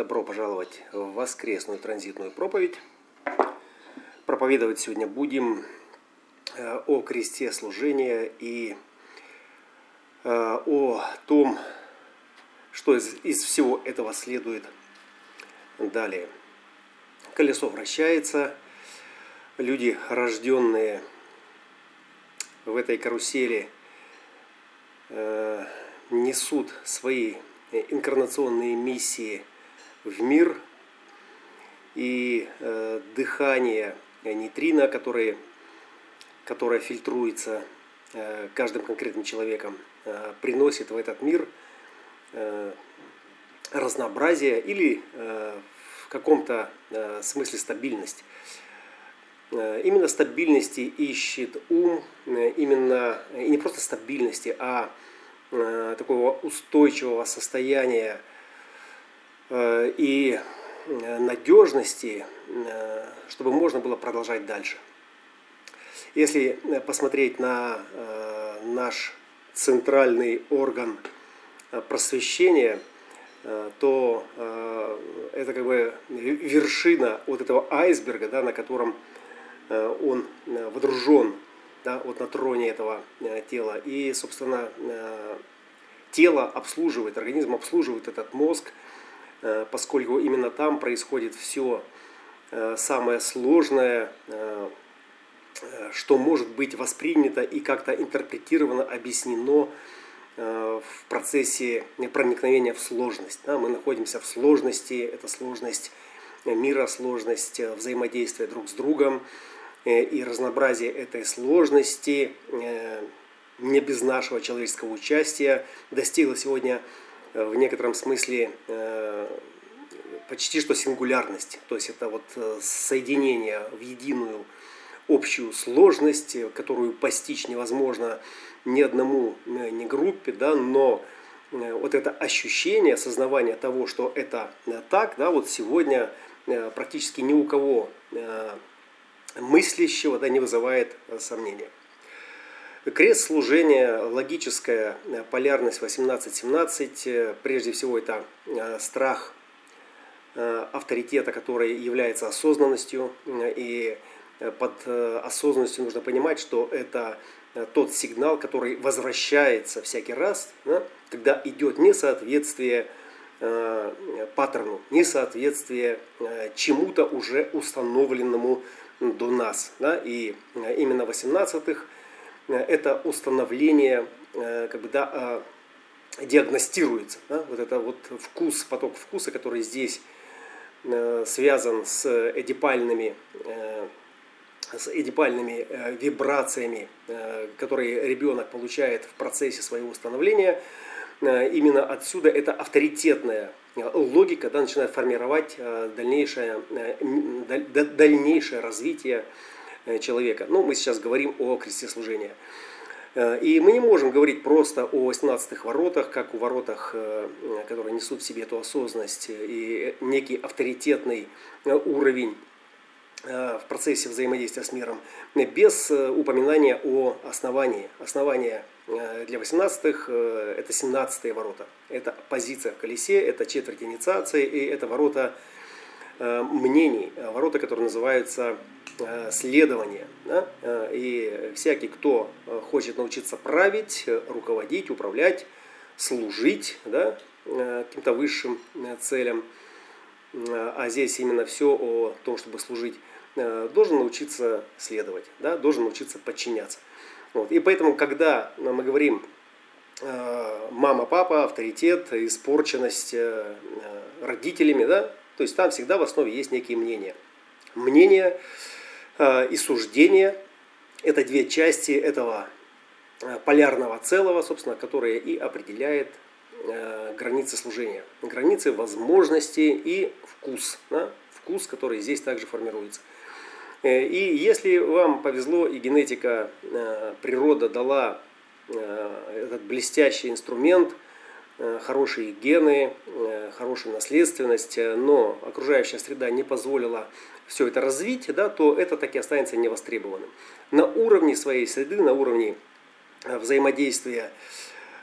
Добро пожаловать в воскресную транзитную проповедь. Проповедовать сегодня будем о кресте служения и о том, что из всего этого следует далее. Колесо вращается, люди, рожденные в этой карусели, несут свои инкарнационные миссии в мир, и дыхание нейтрино, которое фильтруется каждым конкретным человеком, приносит в этот мир разнообразие или в каком-то смысле стабильность. Именно стабильности ищет ум, именно и не просто стабильности, а такого устойчивого состояния и надежности, чтобы можно было продолжать дальше. Если посмотреть на наш центральный орган просвещения, то это как бы вершина вот этого айсберга, да, на котором он водружен, да, вот на троне этого тела. И, собственно, тело обслуживает, организм обслуживает этот мозг, поскольку именно там происходит все самое сложное, что может быть воспринято и как-то интерпретировано, объяснено в процессе проникновения в сложность. Да, мы находимся в сложности, это сложность мира, сложность взаимодействия друг с другом. И разнообразие этой сложности, не без нашего человеческого участия, достигло сегодня в некотором смысле почти что сингулярности. То есть это вот соединение в единую общую сложность, которую постичь невозможно ни одному, ни группе, да, но вот это ощущение, осознавание того, что это так, да, вот сегодня практически ни у кого мыслящего, да, не вызывает сомнения. Крест служения, логическая полярность 18-17, прежде всего это страх авторитета, который является осознанностью, и под осознанностью нужно понимать, что это тот сигнал, который возвращается всякий раз, да, когда идет несоответствие паттерну, несоответствие чему-то уже установленному до нас. Да? И именно 18-х это установление как бы, да, диагностируется. Да? Вот это вот вкус, поток вкуса, который здесь связан с эдипальными вибрациями, которые ребенок получает в процессе своего установления. Именно отсюда эта авторитетная логика, да, начинает формировать дальнейшее развитие человека. Но мы сейчас говорим о кресте служения. И мы не можем говорить просто о 18-х воротах, как о воротах, которые несут в себе эту осознанность и некий авторитетный уровень в процессе взаимодействия с миром, без упоминания о основании. Основание для 18-х – это 17-е ворота. Это позиция в колесе, это четверть инициации, и это ворота мнений, ворота, которые называются следование. Да? И всякий, кто хочет научиться править, руководить, управлять, служить, да, каким-то высшим целям, а здесь именно все о том, чтобы служить, должен научиться следовать, да, должен научиться подчиняться. Вот. И поэтому, когда мы говорим мама, папа, авторитет, испорченность родителями, да, то есть там всегда в основе есть некие мнения. Мнения и суждения – это две части этого полярного целого, собственно, которое и определяет границы служения, границы возможностей и вкус, да, вкус, который здесь также формируется. И если вам повезло и генетика, природа дала этот блестящий инструмент, хорошие гены, хорошую наследственность, но окружающая среда не позволила все это развить, да, то это так и останется невостребованным. На уровне своей среды, на уровне взаимодействия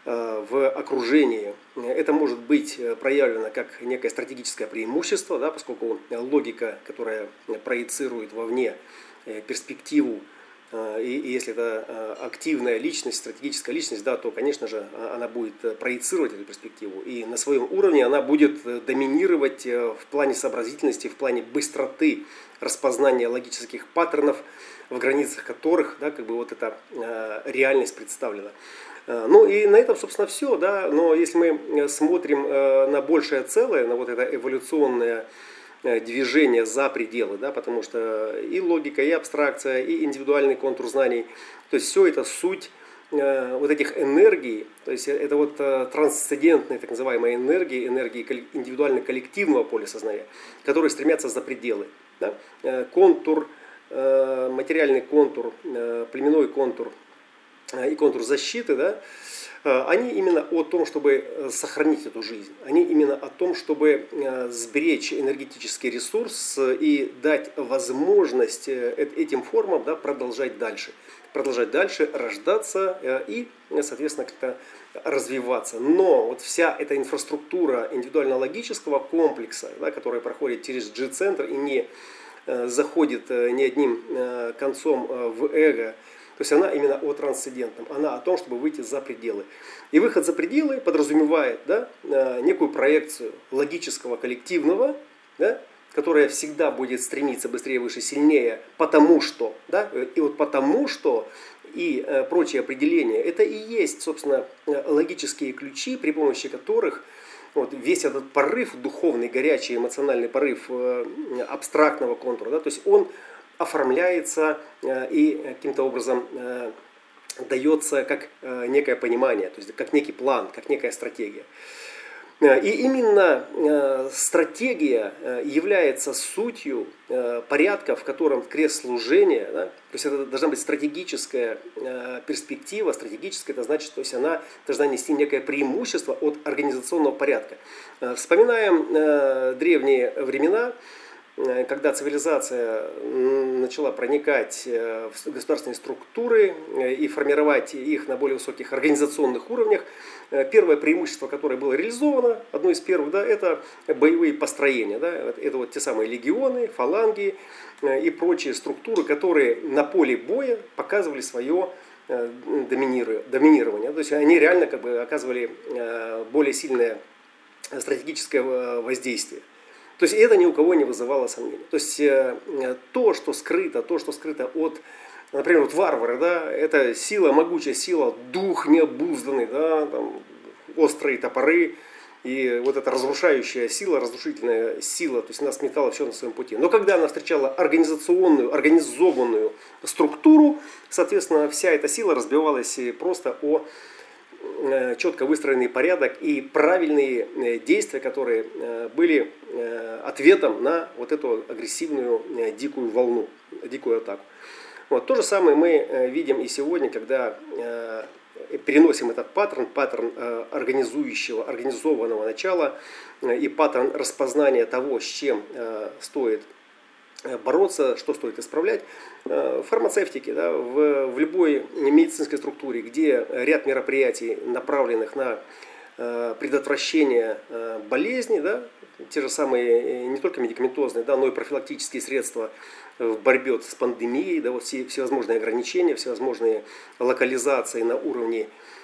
в окружении. Это может быть проявлено как некое стратегическое преимущество, да, поскольку логика, которая проецирует вовне перспективу, и если это активная личность, стратегическая личность, да, то, конечно же, она будет проецировать эту перспективу. И на своем уровне она будет доминировать в плане сообразительности, в плане быстроты распознания логических паттернов, в границах которых, да, как бы вот эта реальность представлена. Ну и на этом, собственно, все. Да? Но если мы смотрим на большее целое, на вот это эволюционное движение за пределы, да, потому что и логика, и абстракция, и индивидуальный контур знаний, то есть все это суть вот этих энергий, то есть это вот трансцендентные так называемые энергии индивидуально-коллективного поля сознания, которые стремятся за пределы. Да? Контур, материальный контур, племенной контур и контур защиты, да, они именно о том, чтобы сохранить эту жизнь. Они именно о том, чтобы сберечь энергетический ресурс и дать возможность этим формам, да, продолжать дальше, рождаться и, соответственно, как-то развиваться. Но вот вся эта инфраструктура индивидуально-логического комплекса, да, которая проходит через G-центр и не заходит ни одним концом в эго, то есть она именно о трансцендентном, она о том, чтобы выйти за пределы. И выход за пределы подразумевает, да, некую проекцию логического коллективного, да, которая всегда будет стремиться быстрее, выше, сильнее, потому что, да, и вот потому что и прочие определения, это и есть, собственно, логические ключи, при помощи которых вот весь этот порыв, духовный, горячий, эмоциональный порыв абстрактного контура, да, то есть он оформляется и каким-то образом дается как некое понимание, то есть как некий план, как некая стратегия. И именно стратегия является сутью порядка, в котором крест служения, да, то есть это должна быть стратегическая перспектива, стратегическая, это значит, то есть она должна нести некое преимущество от организационного порядка. Вспоминаем древние времена, когда цивилизация начала проникать в государственные структуры и формировать их на более высоких организационных уровнях, первое преимущество, которое было реализовано, одно из первых, да, это боевые построения. Да, это вот те самые легионы, фаланги и прочие структуры, которые на поле боя показывали свое доминирование. То есть они реально как бы оказывали более сильное стратегическое воздействие. То есть это ни у кого не вызывало сомнений. То есть то, что скрыто от, например, вот варвары, да, это сила, могучая сила, дух необузданный, да, там, острые топоры и вот эта разрушающая сила, разрушительная сила, то есть она сметала все на своем пути. Но когда она встречала организованную структуру, соответственно, вся эта сила разбивалась просто о четко выстроенный порядок и правильные действия, которые были ответом на вот эту агрессивную дикую волну, дикую атаку. Вот. То же самое мы видим и сегодня, когда переносим этот паттерн организованного начала и паттерн распознания того, с чем стоит бороться, что стоит исправлять. В фармацевтике, да, в любой медицинской структуре, где ряд мероприятий, направленных на предотвращение болезни, да, те же самые не только медикаментозные, да, но и профилактические средства в борьбе с пандемией, да, вот всевозможные ограничения, всевозможные локализации на уровне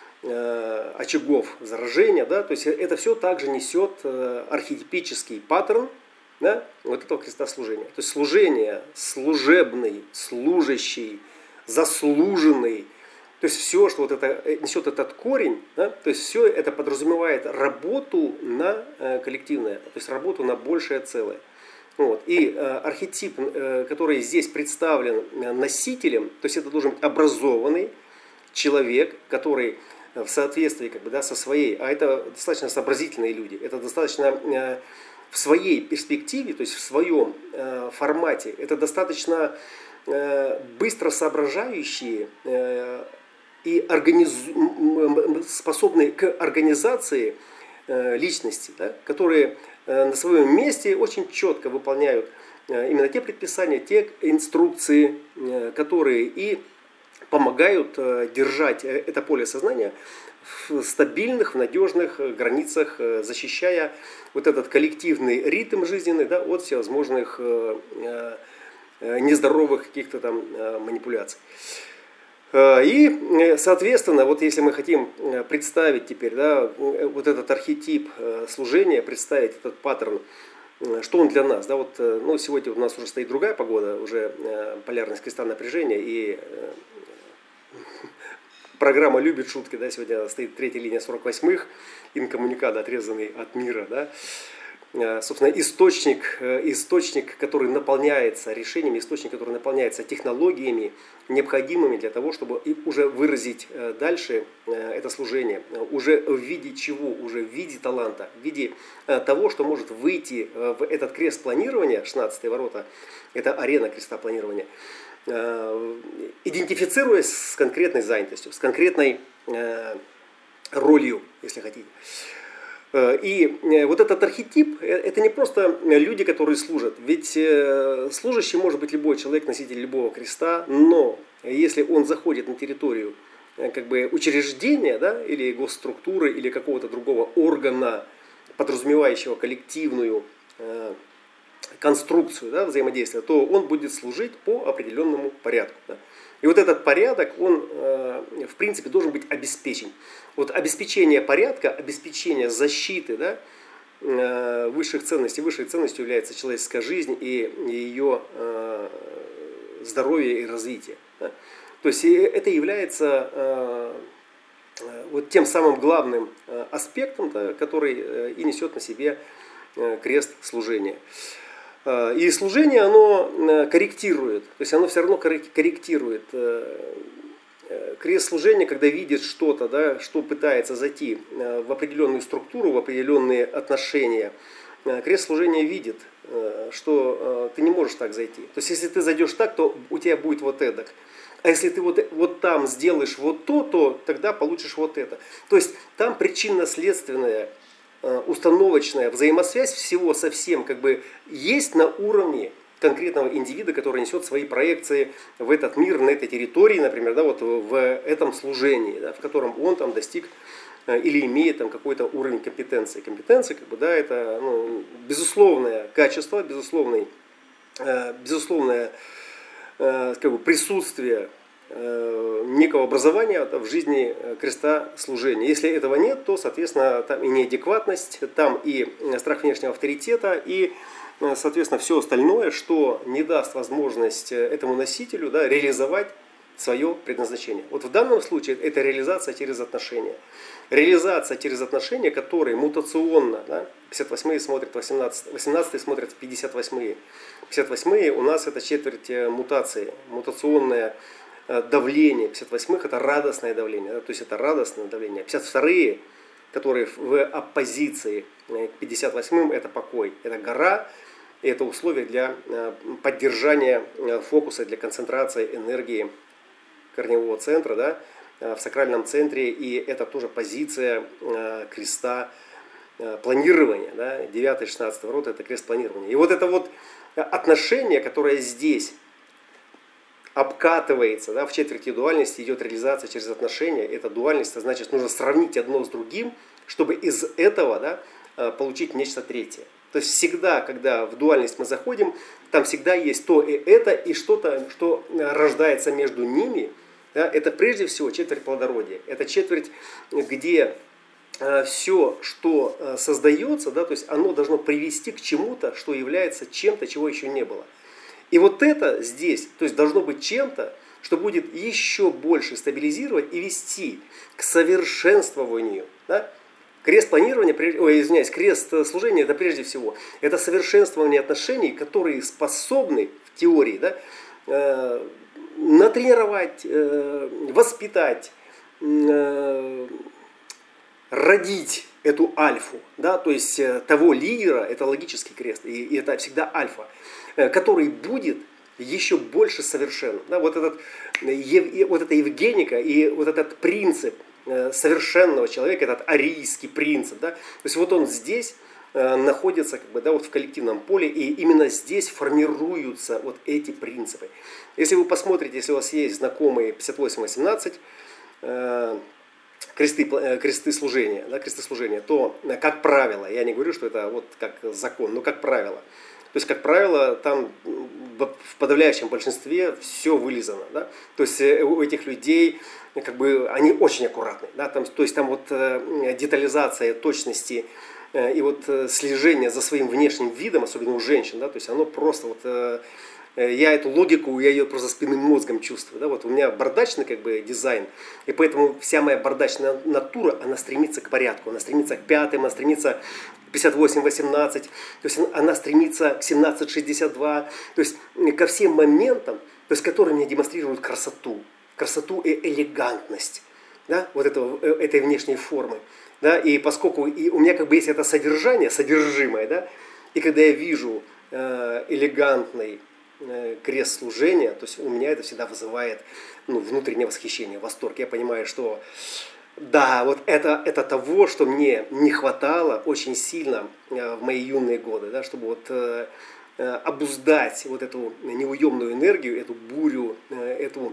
очагов заражения, да, то есть это все также несет архетипический паттерн, да, вот этого креста служения. То есть служение, служебный, служащий, заслуженный. То есть все, что вот это несет этот корень, да, то есть все это подразумевает работу на коллективное, то есть работу на большее целое. Вот. И архетип, который здесь представлен носителем, то есть это должен быть образованный человек, который в соответствии как бы, да, со своей, а это достаточно сообразительные люди, это достаточно в своей перспективе, то есть в своем формате, это достаточно быстро соображающие и способные к организации личности, да, которые на своем месте очень четко выполняют именно те предписания, те инструкции, которые и помогают держать это поле сознания в стабильных, в надежных границах, защищая вот этот коллективный ритм жизненный, да, от всевозможных нездоровых каких-то там манипуляций. И, соответственно, вот если мы хотим представить теперь, да, вот этот архетип служения, представить этот паттерн, что он для нас, да, вот, ну, сегодня у нас уже стоит другая погода, уже полярность креста напряжения, и программа любит шутки, да, сегодня стоит третья линия 48-х, инкоммуникадо, отрезанный от мира, да. Собственно, источник, который наполняется решениями, источник, который наполняется технологиями, необходимыми для того, чтобы уже выразить дальше это служение, уже в виде чего, уже в виде таланта, в виде того, что может выйти в этот крест планирования, 16-е ворота, это арена креста планирования, идентифицируясь с конкретной занятостью, с конкретной ролью, если хотите. И вот этот архетип, это не просто люди, которые служат. Ведь служащий может быть любой человек, носитель любого креста, но если он заходит на территорию как бы учреждения, да, или госструктуры, или какого-то другого органа, подразумевающего коллективную конструкцию, да, взаимодействия, то он будет служить по определенному порядку. Да. И вот этот порядок, он в принципе должен быть обеспечен. Вот обеспечение порядка, обеспечение защиты, да, высших ценностей. Высшей ценностью является человеческая жизнь и ее здоровье и развитие. Да. То есть это является вот тем самым главным аспектом, да, который и несет на себе крест служения. И служение, оно корректирует, то есть оно все равно корректирует. Крест служения, когда видит что-то, да, что пытается зайти в определенную структуру, в определенные отношения, крест служения видит, что ты не можешь так зайти. То есть если ты зайдешь так, то у тебя будет вот эдак. А если ты вот там сделаешь вот то тогда получишь вот это. То есть там причинно-следственная установочная взаимосвязь всего со всем как бы есть на уровне конкретного индивида, который несет свои проекции в этот мир, на этой территории, например, да, вот в этом служении, да, в котором он там достиг или имеет там какой-то уровень компетенции. Компетенция, как бы, да, это безусловное качество, безусловное как бы, присутствие некого образования в жизни креста служения. Если этого нет, то, соответственно, там и неадекватность, там и страх внешнего авторитета, и, соответственно, все остальное, что не даст возможность этому носителю, да, реализовать свое предназначение. Вот в данном случае это реализация через отношения. Реализация через отношения, которые мутационно, да, 58-е смотрят 18-е смотрят 58-е. 58-е у нас это четверть мутации, мутационное давление. 58-х это радостное давление, да, то есть это радостное давление. 52-е, которые в оппозиции к 58-м, это покой, это гора, и это условие для поддержания фокуса, для концентрации энергии корневого центра, да, в сакральном центре, и это тоже позиция креста планирования, да, 9-16 ворота, это крест планирования. И вот это вот отношение, которое здесь обкатывается, да, в четверти дуальности идет реализация через отношения. Это дуальность, это значит, нужно сравнить одно с другим, чтобы из этого, да, получить нечто третье. То есть всегда, когда в дуальность мы заходим, там всегда есть то и это, и что-то, что рождается между ними. Да, это прежде всего четверть плодородия. Это четверть, где все, что создается, да, то есть оно должно привести к чему-то, что является чем-то, чего еще не было. И вот это здесь, то есть должно быть чем-то, что будет еще больше стабилизировать и вести к совершенствованию. Да? Крест планирования, крест служения, это прежде всего, это совершенствование отношений, которые способны в теории, да, натренировать, воспитать, родить эту альфу, да, то есть того лидера, это логический крест, и это всегда альфа, который будет еще больше совершенным. Да, вот эта Евгеника и вот этот принцип совершенного человека, этот арийский принцип, да, то есть вот он здесь находится как бы, да, вот в коллективном поле, и именно здесь формируются вот эти принципы. Если вы посмотрите, если у вас есть знакомые 58-18, кресты служения, да, кресты служения, то, как правило, я не говорю, что это вот как закон, но как правило. То есть, как правило, там в подавляющем большинстве все вылизано. Да? То есть, у этих людей, как бы, они очень аккуратны. Да? Там, то есть, там вот детализация точности и вот слежение за своим внешним видом, особенно у женщин, да? То есть, оно просто вот... Я эту логику, я ее просто спинным мозгом чувствую. Да? Вот у меня бардачный как бы дизайн, и поэтому вся моя бардачная натура, она стремится к порядку, она стремится к пятым, она стремится к 58-18, то есть она стремится к 17-62, то есть ко всем моментам, то есть, которые мне демонстрируют красоту и элегантность, да? Вот этой внешней формы. Да? И поскольку и у меня как бы есть это содержание, содержимое, да? И когда я вижу элегантный крест служения, то есть у меня это всегда вызывает внутреннее восхищение, восторг. Я понимаю, что да, вот это того, что мне не хватало очень сильно в мои юные годы, да, чтобы вот обуздать вот эту неуемную энергию, эту бурю, эту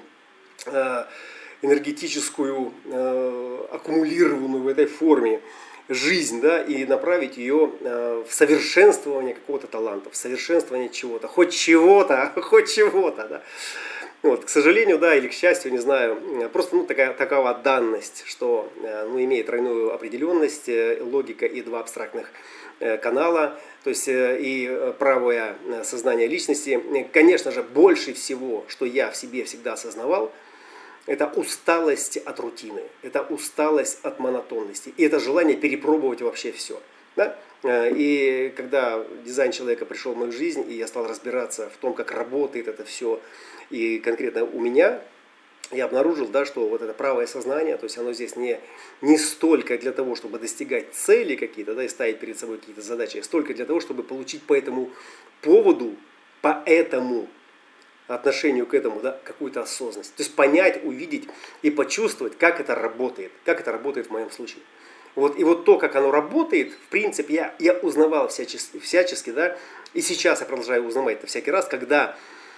энергетическую, аккумулированную в этой форме жизнь, да, и направить ее в совершенствование какого-то таланта, в совершенствование чего-то, хоть чего-то, да. Вот, к сожалению, да, или к счастью, не знаю, просто такова данность, что имеет тройную определенность, логика и два абстрактных канала, то есть и правое сознание личности. Конечно же, больше всего, что я в себе всегда осознавал, это усталость от рутины, это усталость от монотонности, и это желание перепробовать вообще все. Да? И когда дизайн человека пришел в мою жизнь, и я стал разбираться в том, как работает это все, и конкретно у меня, я обнаружил, да, что вот это правое сознание, то есть оно здесь не столько для того, чтобы достигать цели какие-то, да, и ставить перед собой какие-то задачи, а столько для того, чтобы получить по этому поводу, по этому отношению к этому, да, какую-то осознанность. То есть понять, увидеть и почувствовать, как это работает в моем случае. Вот, и вот то, как оно работает, в принципе, я узнавал всячески, да, и сейчас я продолжаю узнавать это всякий раз, когда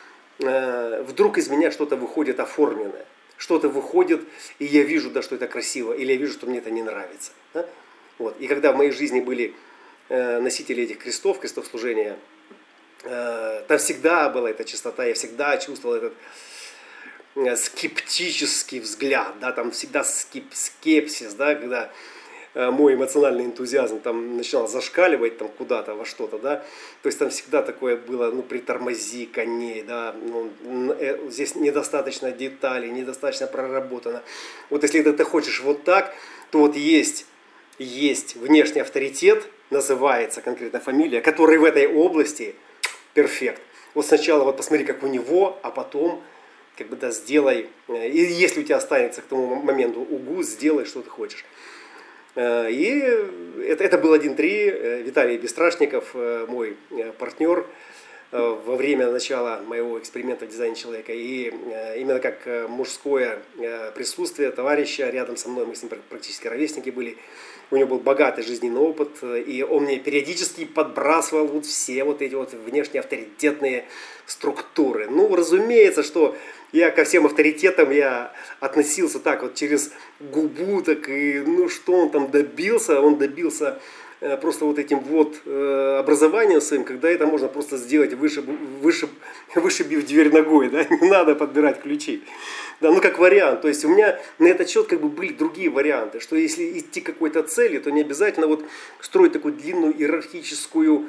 вдруг из меня что-то выходит оформленное, что-то выходит, и я вижу, да, что это красиво, или я вижу, что мне это не нравится. Да? Вот. И когда в моей жизни были носители этих крестов служения, там всегда была эта чистота, я всегда чувствовал этот скептический взгляд, да, там всегда скепсис, да, когда мой эмоциональный энтузиазм там начинал зашкаливать там куда-то во что-то, да, то есть там всегда такое было, притормози коней, да, здесь недостаточно деталей, недостаточно проработано. Вот если ты хочешь вот так, то вот есть внешний авторитет, называется конкретно фамилия, который в этой области перфект. Вот сначала вот посмотри, как у него, а потом как бы да, сделай, и если у тебя останется к тому моменту угу, сделай, что ты хочешь. И это был 1.3, Виталий Бесстрашников, мой партнер во время начала моего эксперимента в дизайне человека. И именно как мужское присутствие товарища рядом со мной, мы с ним практически ровесники были, у него был богатый жизненный опыт, и он мне периодически подбрасывал вот все вот эти вот внешне авторитетные структуры. Разумеется, что я ко всем авторитетам я относился так вот через губу, так и что он там добился? Он добился просто вот этим вот образованием своим, когда это можно просто сделать, вышибив дверь ногой, да, не надо подбирать ключи. Да, как вариант. То есть у меня на этот счет как бы были другие варианты, что если идти к какой-то цели, то не обязательно вот строить такую длинную иерархическую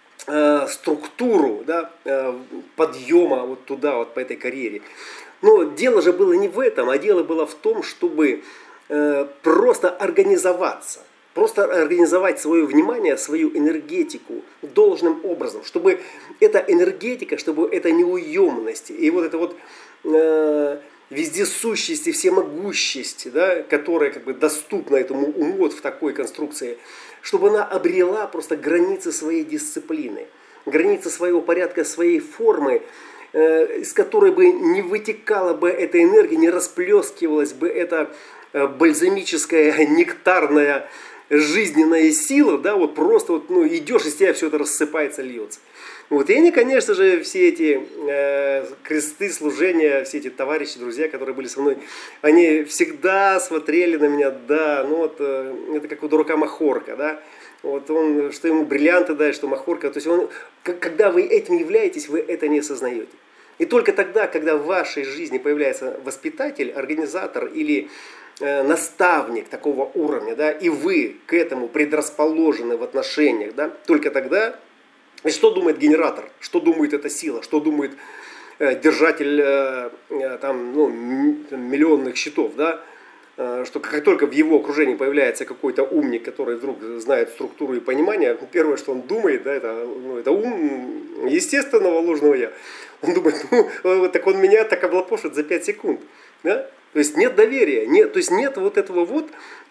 структуру, да, подъема вот туда, вот по этой карьере. Но дело же было не в этом, а дело было в том, чтобы просто организоваться. Просто организовать свое внимание, свою энергетику должным образом, чтобы эта энергетика, чтобы эта неуемность и вот эта вот вездесущесть и всемогущесть, да, которая как бы доступна этому уму вот в такой конструкции, чтобы она обрела просто границы своей дисциплины, границы своего порядка, своей формы, из которой бы не вытекала бы эта энергия, не расплескивалась бы эта бальзамическая, нектарная жизненная сила, да, вот просто вот, ну, идешь, из тебя все это рассыпается, льется. Вот, и они, конечно же, все эти кресты, служения, все эти товарищи, друзья, которые были со мной, они всегда смотрели на меня, да, ну вот, это как у дурака Махорка, да, вот он, что ему бриллианты дает, что Махорка, то есть он, когда вы этим являетесь, вы это не осознаете. И только тогда, когда в вашей жизни появляется воспитатель, организатор или наставник такого уровня, да, и вы к этому предрасположены в отношениях, да, только тогда, и что думает генератор, что думает эта сила, что думает держатель там, ну, миллионных счетов, да, что как только в его окружении появляется какой-то умник, который вдруг знает структуру и понимание, первое, что он думает, да, это ум естественного ложного я. Он думает, ну, так он меня так облапошит за 5 секунд. Да? То есть нет доверия, нет, то есть нет вот этого вот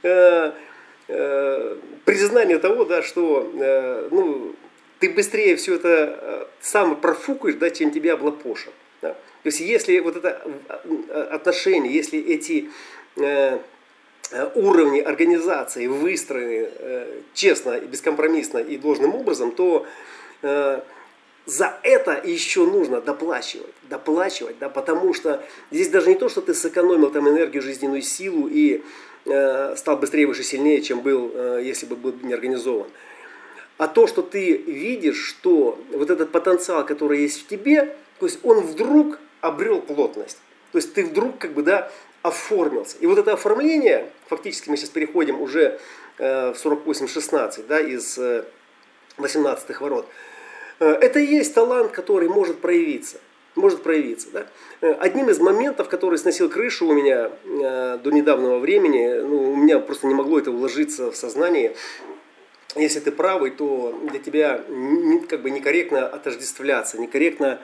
признания того, да, что ну, ты быстрее все это сам профукаешь, да, чем тебя облапошат. Да? То есть если вот это отношение, если эти уровни организации выстроены честно, и бескомпромиссно и должным образом, то за это еще нужно доплачивать, да, потому что здесь даже не то, что ты сэкономил там энергию, жизненную силу и стал быстрее, выше, сильнее, чем был, если бы был не организован. А то, что ты видишь, что вот этот потенциал, который есть в тебе, то есть он вдруг обрел плотность. То есть ты вдруг как бы, да, оформился. И вот это оформление, фактически мы сейчас переходим уже в 48-16, да, из 18-х ворот. Это и есть талант, который может проявиться. Да? Одним из моментов, который сносил крышу у меня до недавнего времени, ну, у меня просто не могло это уложиться в сознание. Если ты правый, то для тебя как бы некорректно отождествляться, некорректно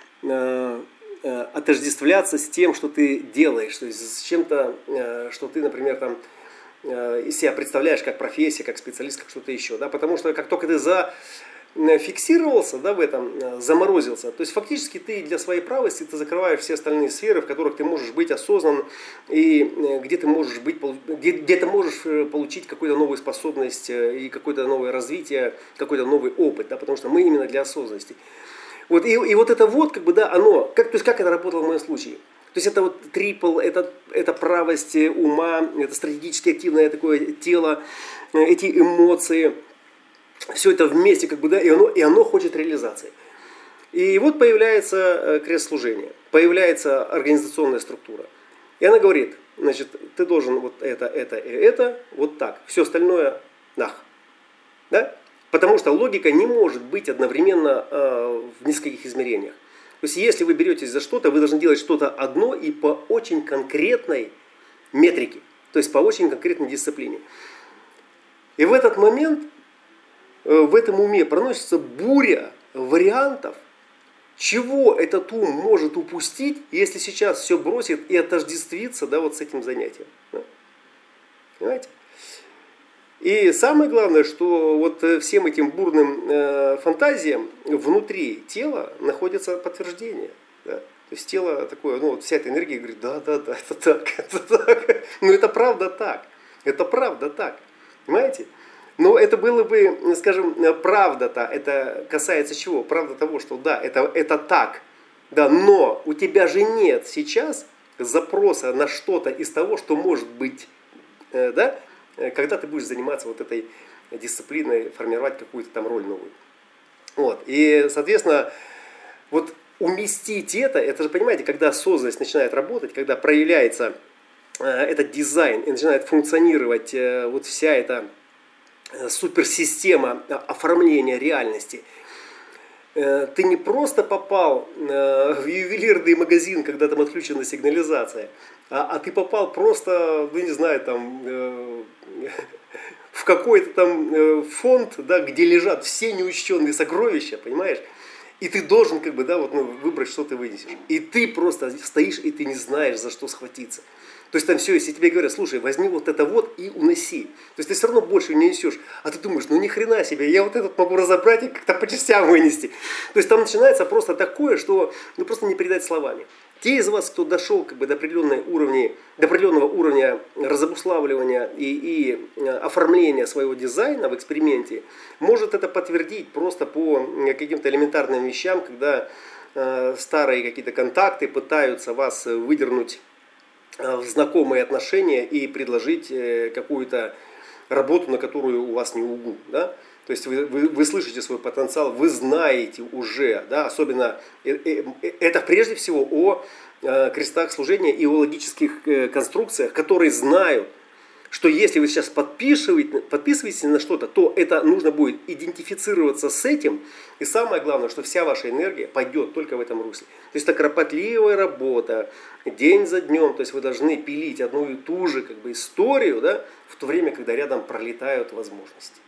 отождествляться с тем, что ты делаешь, то есть с чем-то, что ты, например, там, из себя представляешь как профессия, как специалист, как что-то еще. Да? Потому что как только ты фиксировался, да, в этом, заморозился, то есть фактически ты для своей правости ты закрываешь все остальные сферы, в которых ты можешь быть осознан и где ты можешь получить какую-то новую способность и какое-то новое развитие, какой-то новый опыт, да, потому что мы именно для осознанности. Вот, и вот это вот, как бы, да, оно, то есть как это работало в моем случае? То есть это вот трипл, это правость ума, это стратегически активное такое тело, эти эмоции, все это вместе, как бы, да, и оно хочет реализации. И вот появляется крест служения, появляется организационная структура. И она говорит, значит, ты должен вот это и это, вот так. Все остальное нах. Да? Потому что логика не может быть одновременно в нескольких измерениях. То есть если вы беретесь за что-то, вы должны делать что-то одно и по очень конкретной метрике. То есть по очень конкретной дисциплине. И в этот момент в этом уме проносится буря вариантов, чего этот ум может упустить, если сейчас все бросит и отождествится, да, вот с этим занятием. Да? Понимаете? И самое главное, что вот всем этим бурным фантазиям внутри тела находится подтверждение. Да? То есть тело такое, ну вот вся эта энергия говорит, да, это так. Но это правда так. Это правда так. Понимаете? Но это было бы, скажем, правда-то, это касается чего? Правда того, что да, это так, да, но у тебя же нет сейчас запроса на что-то из того, что может быть, да, когда ты будешь заниматься вот этой дисциплиной, формировать какую-то там роль новую. Вот. И, соответственно, вот уместить это же, понимаете, когда осознанность начинает работать, когда проявляется этот дизайн и начинает функционировать вот вся эта суперсистема оформления реальности. Ты не просто попал в ювелирный магазин, когда там отключена сигнализация, а ты попал просто, ну не знаю, там в какой-то там фонд, да, где лежат все неучтенные сокровища, понимаешь? И ты должен как бы, да, вот, выбрать, что ты вынесешь. И ты просто стоишь, и ты не знаешь, за что схватиться. То есть там все, если тебе говорят, слушай, возьми вот это вот и уноси. То есть ты все равно больше не несешь. А ты думаешь, ну ни хрена себе, я вот этот могу разобрать и как-то по частям вынести. То есть там начинается просто такое, что ну просто не передать словами. Те из вас, кто дошел как бы до определенного уровня разобуславливания и оформления своего дизайна в эксперименте, может это подтвердить просто по каким-то элементарным вещам, когда старые какие-то контакты пытаются вас выдернуть в знакомые отношения и предложить какую-то работу, на которую у вас не угу. Да? То есть вы слышите свой потенциал, вы знаете уже, да, особенно это прежде всего о крестах служения и о логических конструкциях, которые знают, что если вы сейчас подписываетесь на что-то, то это нужно будет идентифицироваться с этим. И самое главное, что вся ваша энергия пойдет только в этом русле. То есть это кропотливая работа, день за днем. То есть вы должны пилить одну и ту же как бы, историю, да, в то время, когда рядом пролетают возможности.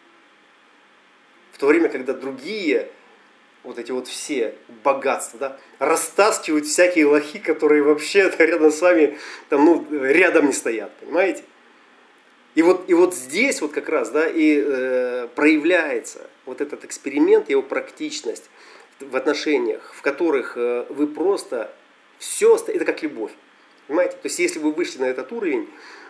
В то время, когда другие, вот эти вот все богатства, да, растаскивают всякие лохи, которые вообще рядом с вами там, рядом не стоят, понимаете? И вот здесь вот как раз да, и проявляется вот этот эксперимент, его практичность в отношениях, в которых вы просто все, это как любовь. Понимаете? То есть если вы вышли на этот уровень,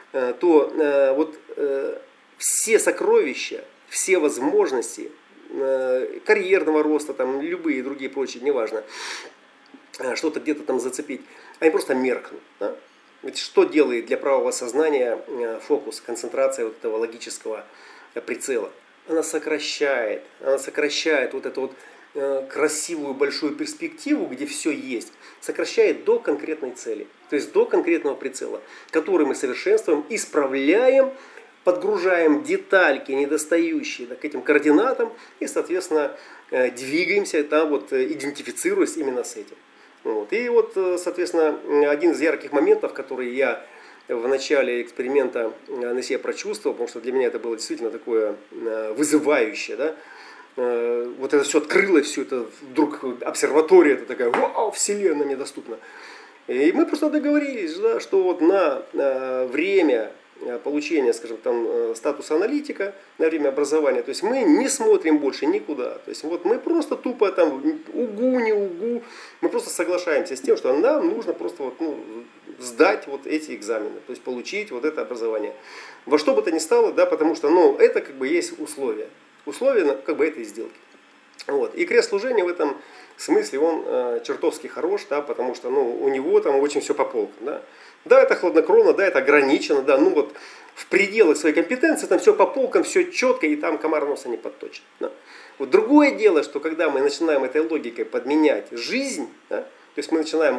то все сокровища, все возможности карьерного роста, там, любые другие прочие, неважно, что-то где-то там зацепить, они просто меркнут. Да? Ведь что делает для правого сознания фокус, концентрация вот этого логического прицела? Она сокращает вот эту вот красивую большую перспективу, где все есть, сокращает до конкретной цели, то есть до конкретного прицела, который мы совершенствуем, исправляем, подгружаем детальки недостающие к этим координатам и, соответственно, двигаемся там, вот, идентифицируясь именно с этим. Вот. И вот, соответственно, один из ярких моментов, который я в начале эксперимента на себе прочувствовал, потому что для меня это было действительно такое вызывающее, да? Вот это все открылось, все это вдруг обсерватория, это такая, вау, вселенная мне доступна. И мы просто договорились, да, что вот на время получения, скажем, там, статуса аналитика, на время образования, то есть мы не смотрим больше никуда. То есть вот мы просто тупо там угу, не угу, мы просто соглашаемся с тем, что нам нужно просто вот, сдать вот эти экзамены, то есть получить вот это образование. Во что бы то ни стало, да, потому что это как бы есть условия. Условия как бы этой сделки. Вот. И крест служения в этом смысле он чертовски хорош, да, потому что у него там очень все по полкам. Да. Да, это хладнокровно, да, это ограничено, да, вот в пределах своей компетенции там все по полкам, все четко, и там комар носа не подточит. Да. Вот другое дело, что когда мы начинаем этой логикой подменять жизнь, да, то есть мы начинаем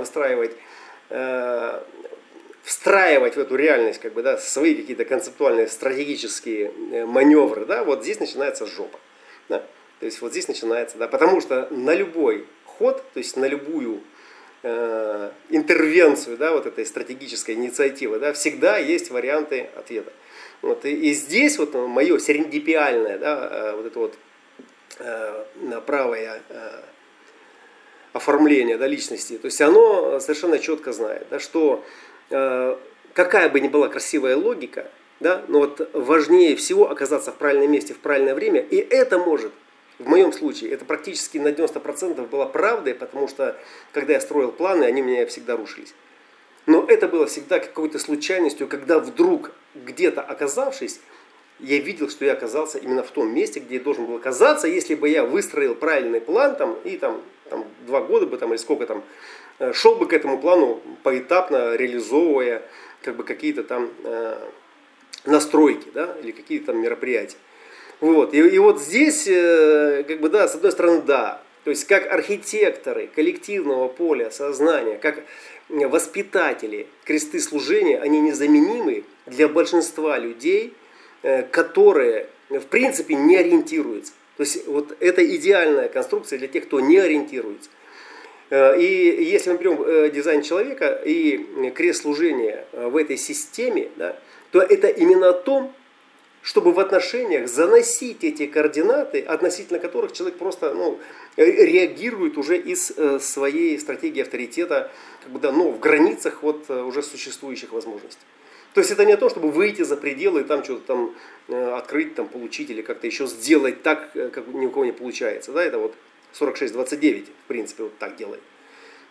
встраивать в эту реальность как бы, да, свои какие-то концептуальные стратегические маневры, да, вот здесь начинается жопа. Да. То есть вот здесь начинается, да, потому что на любой ход, то есть на любую интервенцию, да, вот этой стратегической инициативы, да, всегда есть варианты ответа. Вот, и здесь вот мое серендипиальное, да, вот это вот правое оформление, да, личности, то есть оно совершенно четко знает, да, что какая бы ни была красивая логика, да, но вот важнее всего оказаться в правильном месте в правильное время, и это может. В моем случае это практически на 90% было правдой, потому что, когда я строил планы, они у меня всегда рушились. Но это было всегда какой-то случайностью, когда вдруг, где-то оказавшись, я видел, что я оказался именно в том месте, где я должен был оказаться, если бы я выстроил правильный план, и 2 года бы, или сколько там, шел бы к этому плану поэтапно, реализовывая как бы, какие-то там настройки, да, или какие-то там мероприятия. Вот. И вот здесь, как бы, да, с одной стороны, да, то есть как архитекторы коллективного поля сознания, как воспитатели кресты служения, они незаменимы для большинства людей, которые, в принципе, не ориентируются. То есть вот это идеальная конструкция для тех, кто не ориентируется. И если мы берем дизайн человека и крест служения в этой системе, да, то это именно о том, чтобы в отношениях заносить эти координаты, относительно которых человек просто реагирует уже из своей стратегии авторитета, как бы, да, в границах вот уже существующих возможностей. То есть это не о том, чтобы выйти за пределы и там что-то там открыть, там, получить или как-то еще сделать так, как ни у кого не получается. Да? Это вот 46-29, в принципе, вот так делает.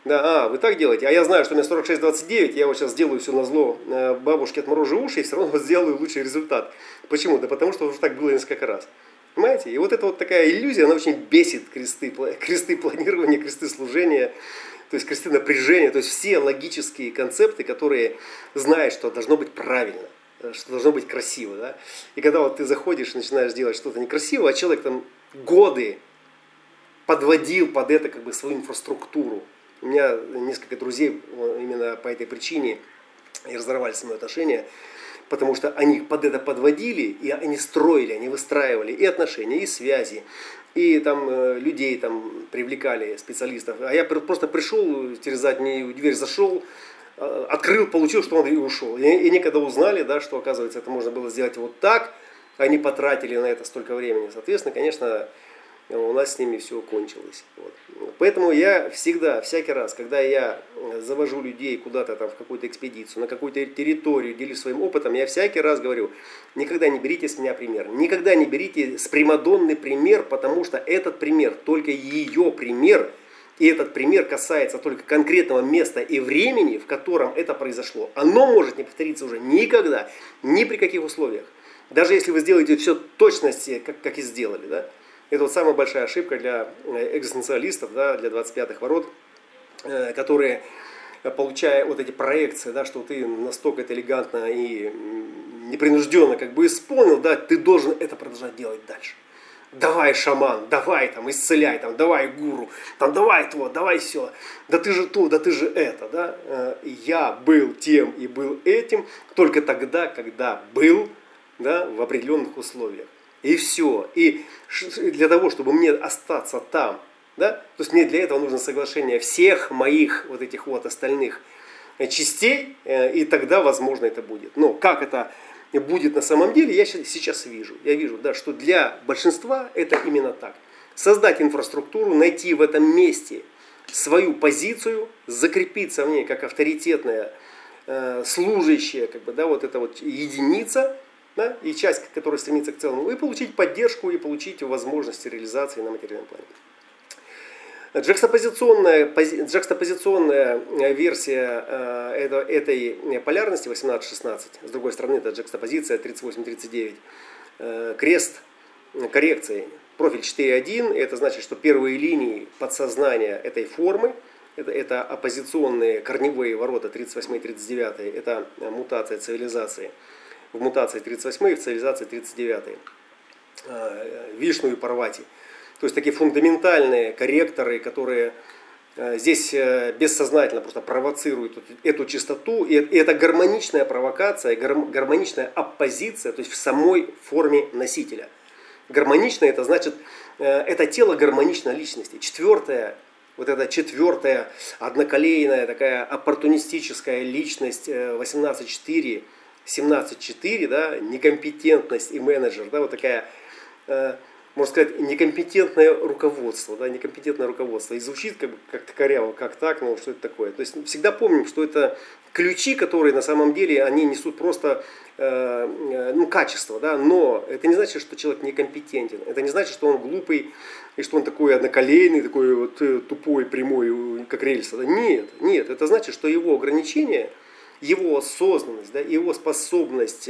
Да, вы так делаете? А я знаю, что у меня 46-29, я вот сейчас сделаю все назло бабушке, отморожу уши и все равно сделаю лучший результат. Почему? Да потому что уже так было несколько раз. Понимаете? И вот эта вот такая иллюзия, она очень бесит кресты планирования, кресты служения, то есть кресты напряжения, то есть все логические концепты, которые знают, что должно быть правильно, что должно быть красиво. Да? И когда вот ты заходишь и начинаешь делать что-то некрасиво, а человек там годы подводил под это как бы свою инфраструктуру. У меня несколько друзей именно по этой причине и разорвали со мной отношения, потому что они под это подводили, и они строили, они выстраивали и отношения, и связи, и там людей там привлекали, специалистов. А я просто пришел, через заднюю дверь зашел, открыл, получил, что он и ушел. И они когда узнали, да, что оказывается это можно было сделать вот так, они потратили на это столько времени. Соответственно, конечно, у нас с ними все кончилось. Вот. Поэтому я всегда, всякий раз, когда я завожу людей куда-то там в какую-то экспедицию, на какую-то территорию, делюсь своим опытом, я всякий раз говорю, никогда не берите с меня пример. Никогда не берите с Примадонны пример, потому что этот пример, только ее пример, и этот пример касается только конкретного места и времени, в котором это произошло. Оно может не повториться уже никогда, ни при каких условиях. Даже если вы сделаете все точности, как и сделали, да? Это вот самая большая ошибка для экзистенциалистов, да, для 25-х ворот, которые, получая вот эти проекции, да, что ты настолько это элегантно и непринужденно как бы исполнил, да, ты должен это продолжать делать дальше. Давай, шаман, давай там, исцеляй, там, давай, гуру, там, давай то, давай все, да ты же то, да ты же это, да. Я был тем и был этим только тогда, когда был, да, в определенных условиях. И все. И для того, чтобы мне остаться там, да, то есть мне для этого нужно соглашение всех моих вот этих вот остальных частей, и тогда, возможно, это будет. Но как это будет на самом деле, я сейчас вижу. Я вижу, да, что для большинства это именно так. Создать инфраструктуру, найти в этом месте свою позицию, закрепиться в ней как авторитетная, служащая, как бы, да, вот эта вот единица, да, и часть, которая стремится к целому, и получить поддержку, и получить возможности реализации на материальном плане. Джекстапозиционная версия этой полярности 18-16, с другой стороны это джекстапозиция 38-39, крест коррекции, профиль 4.1, это значит, что первые линии подсознания этой формы, это оппозиционные корневые ворота 38-39, это мутация цивилизации. В мутации 38 и в цивилизации 39. Вишну и Парвати. То есть такие фундаментальные корректоры, которые здесь бессознательно просто провоцируют эту чистоту. И это гармоничная провокация, гармоничная оппозиция, то есть в самой форме носителя. Гармоничное это значит, это тело гармонично личности. Вот эта четвертая одноколейная такая оппортунистическая личность 18.4, 17.4, да, некомпетентность и менеджер, да, вот такая, можно сказать, некомпетентное руководство, да, некомпетентное руководство. И звучит как коряво, как так, но что это такое. То есть всегда помним, что это ключи, которые на самом деле, они несут просто качество, да, но это не значит, что человек некомпетентен, это не значит, что он глупый, и что он такой одноколейный, такой вот тупой, прямой, как рельса. Да. Нет, это значит, что его ограничения, его осознанность, да, его способность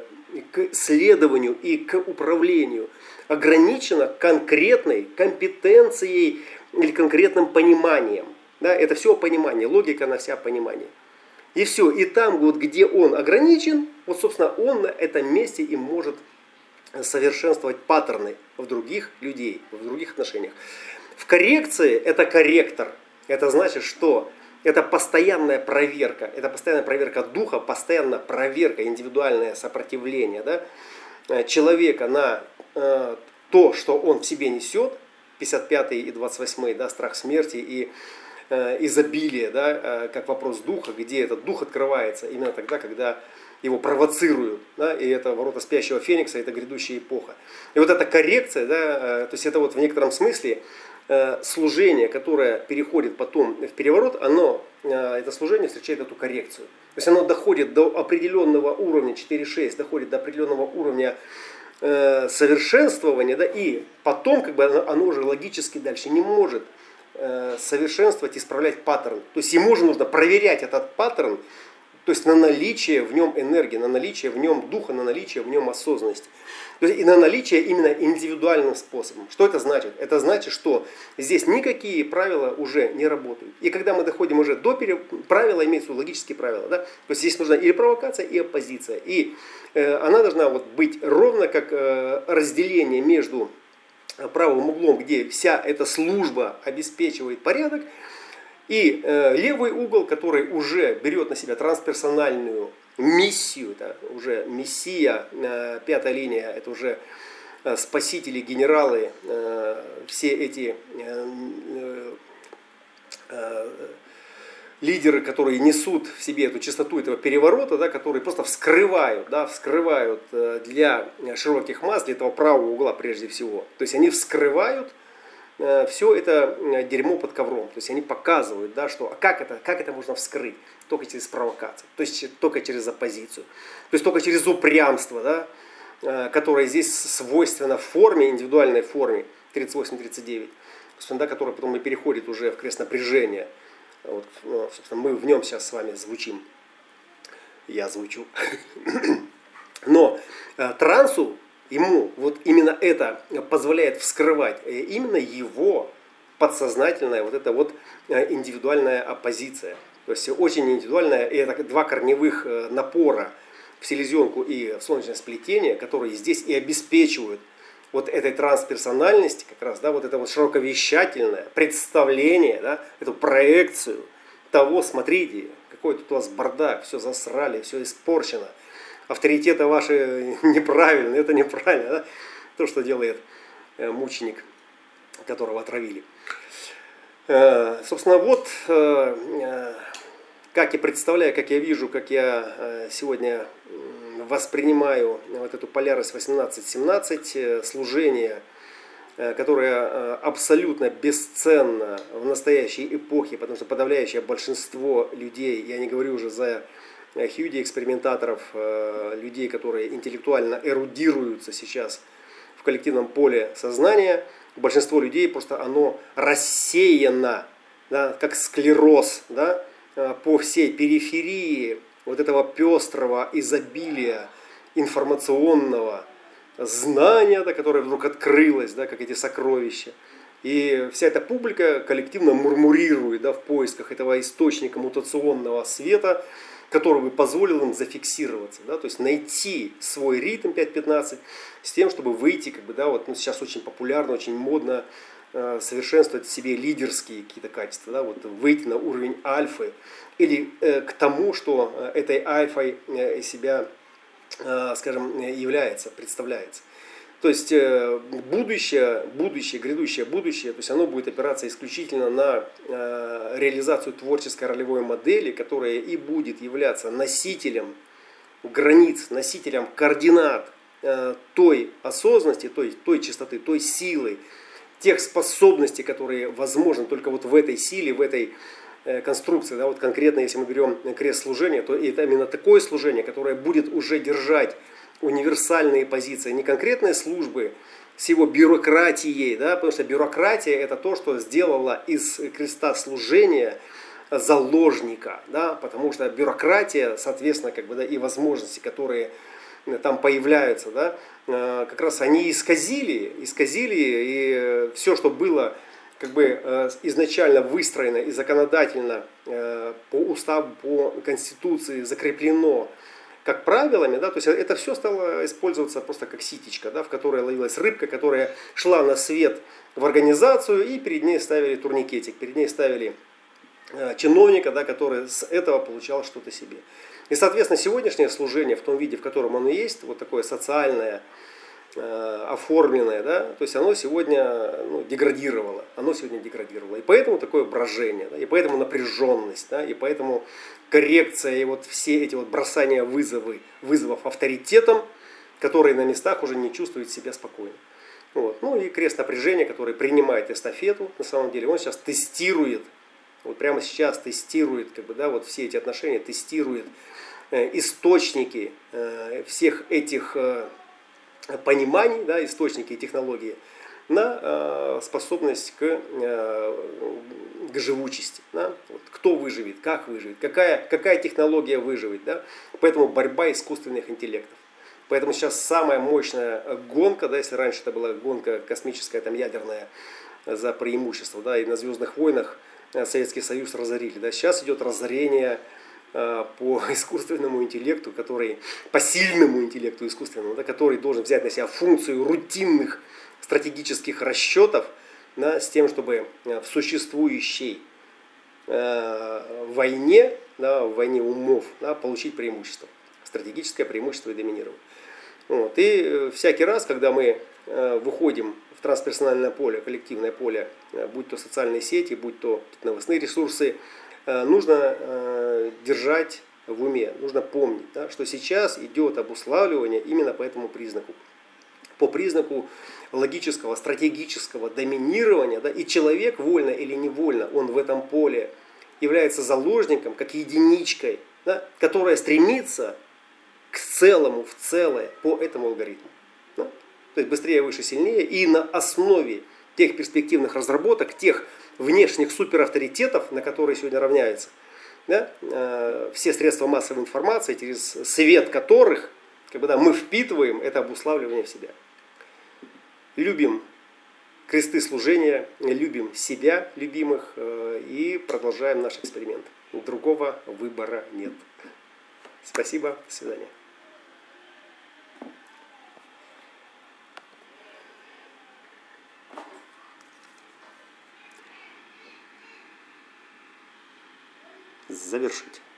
к следованию и к управлению ограничена конкретной компетенцией или конкретным пониманием. Да, это все понимание, логика, она вся понимание. И все, и там, вот, где он ограничен, вот, собственно, он на этом месте и может совершенствовать паттерны в других людей, в других отношениях. В коррекции это корректор. Это значит, что это постоянная проверка духа, постоянная проверка, индивидуальное сопротивление, да, человека на то, что он в себе несет, 55-й и 28-й, да, страх смерти и изобилие, да, как вопрос духа, где этот дух открывается именно тогда, когда его провоцируют, да, и это ворота спящего феникса, это грядущая эпоха. И вот эта коррекция, да, то есть это вот в некотором смысле служение, которое переходит потом в переворот, это служение встречает эту коррекцию. То есть оно доходит до определенного уровня, 4.6, доходит до определенного уровня совершенствования, да, и потом как бы оно уже логически дальше не может совершенствовать, исправлять паттерн. То есть ему же нужно проверять этот паттерн, то есть на наличие в нем энергии, на наличие в нем духа, на наличие в нем осознанности. То есть и на наличие именно индивидуальным способом. Что это значит? Это значит, что здесь никакие правила уже не работают. И когда мы доходим уже до правила, имеются логические правила. Да? То есть здесь нужна и провокация, и оппозиция. И она должна вот быть ровно как разделение между правым углом, где вся эта служба обеспечивает порядок, и левый угол, который уже берет на себя трансперсональную миссию, это уже мессия, пятая линия, это уже спасители, генералы, все эти лидеры, которые несут в себе эту частоту этого переворота, да, которые просто вскрывают для широких масс, для этого правого угла прежде всего. То есть они вскрывают все это дерьмо под ковром. То есть они показывают, да, что как это можно вскрыть? Только через провокацию, то есть только через оппозицию, то есть только через упрямство, да, которое здесь свойственно форме, индивидуальной форме 38-39, да, которая потом и переходит уже в крест напряжения. Вот, собственно, мы в нем сейчас с вами звучим. Я звучу. Но трансу ему вот именно это позволяет вскрывать именно его подсознательная вот эта вот индивидуальная оппозиция. То есть очень индивидуальная, и это два корневых напора в селезенку и в солнечное сплетение, которые здесь и обеспечивают вот этой трансперсональности, как раз, да, вот это вот широковещательное представление, да, эту проекцию того, смотрите, какой тут у вас бардак, все засрали, все испорчено, авторитеты ваши неправильные, это неправильно, да, то, что делает мученик, которого отравили. Собственно, вот как я представляю, как я вижу, как я сегодня воспринимаю вот эту полярность 18-17, служение, которое абсолютно бесценно в настоящей эпохе, потому что подавляющее большинство людей, я не говорю уже за хьюди-экспериментаторов, людей, которые интеллектуально эрудируются сейчас в коллективном поле сознания, большинство людей просто оно рассеяно, да, как склероз, да, по всей периферии вот этого пестрого изобилия информационного знания, да, которое вдруг открылось, да, как эти сокровища. И вся эта публика коллективно мурмурирует, да, в поисках этого источника мутационного света, который бы позволил им зафиксироваться, да, то есть найти свой ритм 5-15 с тем, чтобы выйти, как бы, да, вот, ну, сейчас очень популярно, очень модно совершенствовать в себе лидерские какие-то качества, да, вот, выйти на уровень альфы или к тому, что этой альфой из себя, скажем, является, представляется. То есть будущее, грядущее будущее, то есть оно будет опираться исключительно на реализацию творческой ролевой модели, которая и будет являться носителем границ, носителем координат той осознанности, той чистоты, той силы, тех способностей, которые возможны только вот в этой силе, в этой конструкции. Да, вот конкретно, если мы берем крест служения, то это именно такое служение, которое будет уже держать универсальные позиции, не конкретные службы с его бюрократией, да, потому что бюрократия это то, что сделала из креста служения заложника, да, потому что бюрократия, соответственно, как бы, да, и возможности, которые там появляются, да, как раз они исказили, и все, что было как бы изначально выстроено и законодательно по уставу, по конституции закреплено как правилами, да, то есть это все стало использоваться просто как ситечка, да, в которой ловилась рыбка, которая шла на свет в организацию, и перед ней ставили турникетик, перед ней ставили чиновника, да, который с этого получал что-то себе. И, соответственно, сегодняшнее служение в том виде, в котором оно есть, вот такое социальное, оформленное, да, то есть оно сегодня деградировало. И поэтому такое брожение, да, и поэтому напряженность, да, и поэтому коррекция и вот все эти вот бросания вызовов авторитетам, которые на местах уже не чувствуют себя спокойно. Вот. Ну и крест напряжения, который принимает эстафету, на самом деле, он сейчас тестирует, вот прямо сейчас тестирует, как бы, да, вот все эти отношения, тестирует источники всех этих пониманий, да, источники и технологии на способность к к живучести. Да? Вот, кто выживет, как выживет, какая технология выживет. Да? Поэтому борьба искусственных интеллектов. Поэтому сейчас самая мощная гонка, да, если раньше это была гонка космическая, там, ядерная за преимущество, да, и на «Звездных войнах» Советский Союз разорили. Да, сейчас идет разорение по искусственному интеллекту, по сильному интеллекту искусственному, да, который должен взять на себя функцию рутинных стратегических расчетов, да, с тем, чтобы в существующей войне, да, в войне умов, да, получить преимущество, стратегическое преимущество и доминирование. Вот. И всякий раз, когда мы выходим в трансперсональное поле, коллективное поле, будь то социальные сети, будь то новостные ресурсы, нужно держать в уме, нужно помнить, да, что сейчас идет обуславливание именно по этому признаку. По признаку логического, стратегического доминирования. Да, и человек, вольно или невольно, он в этом поле является заложником, как единичкой, да, которая стремится к целому, в целое по этому алгоритму. Да? То есть быстрее, выше, сильнее. И на основе тех перспективных разработок, тех внешних суперавторитетов, на которые сегодня равняются, да, все средства массовой информации, через свет которых мы впитываем это обуславливание в себя. Любим кресты служения, любим себя, любимых, и продолжаем наш эксперимент. Другого выбора нет. Спасибо, до свидания. Завершить.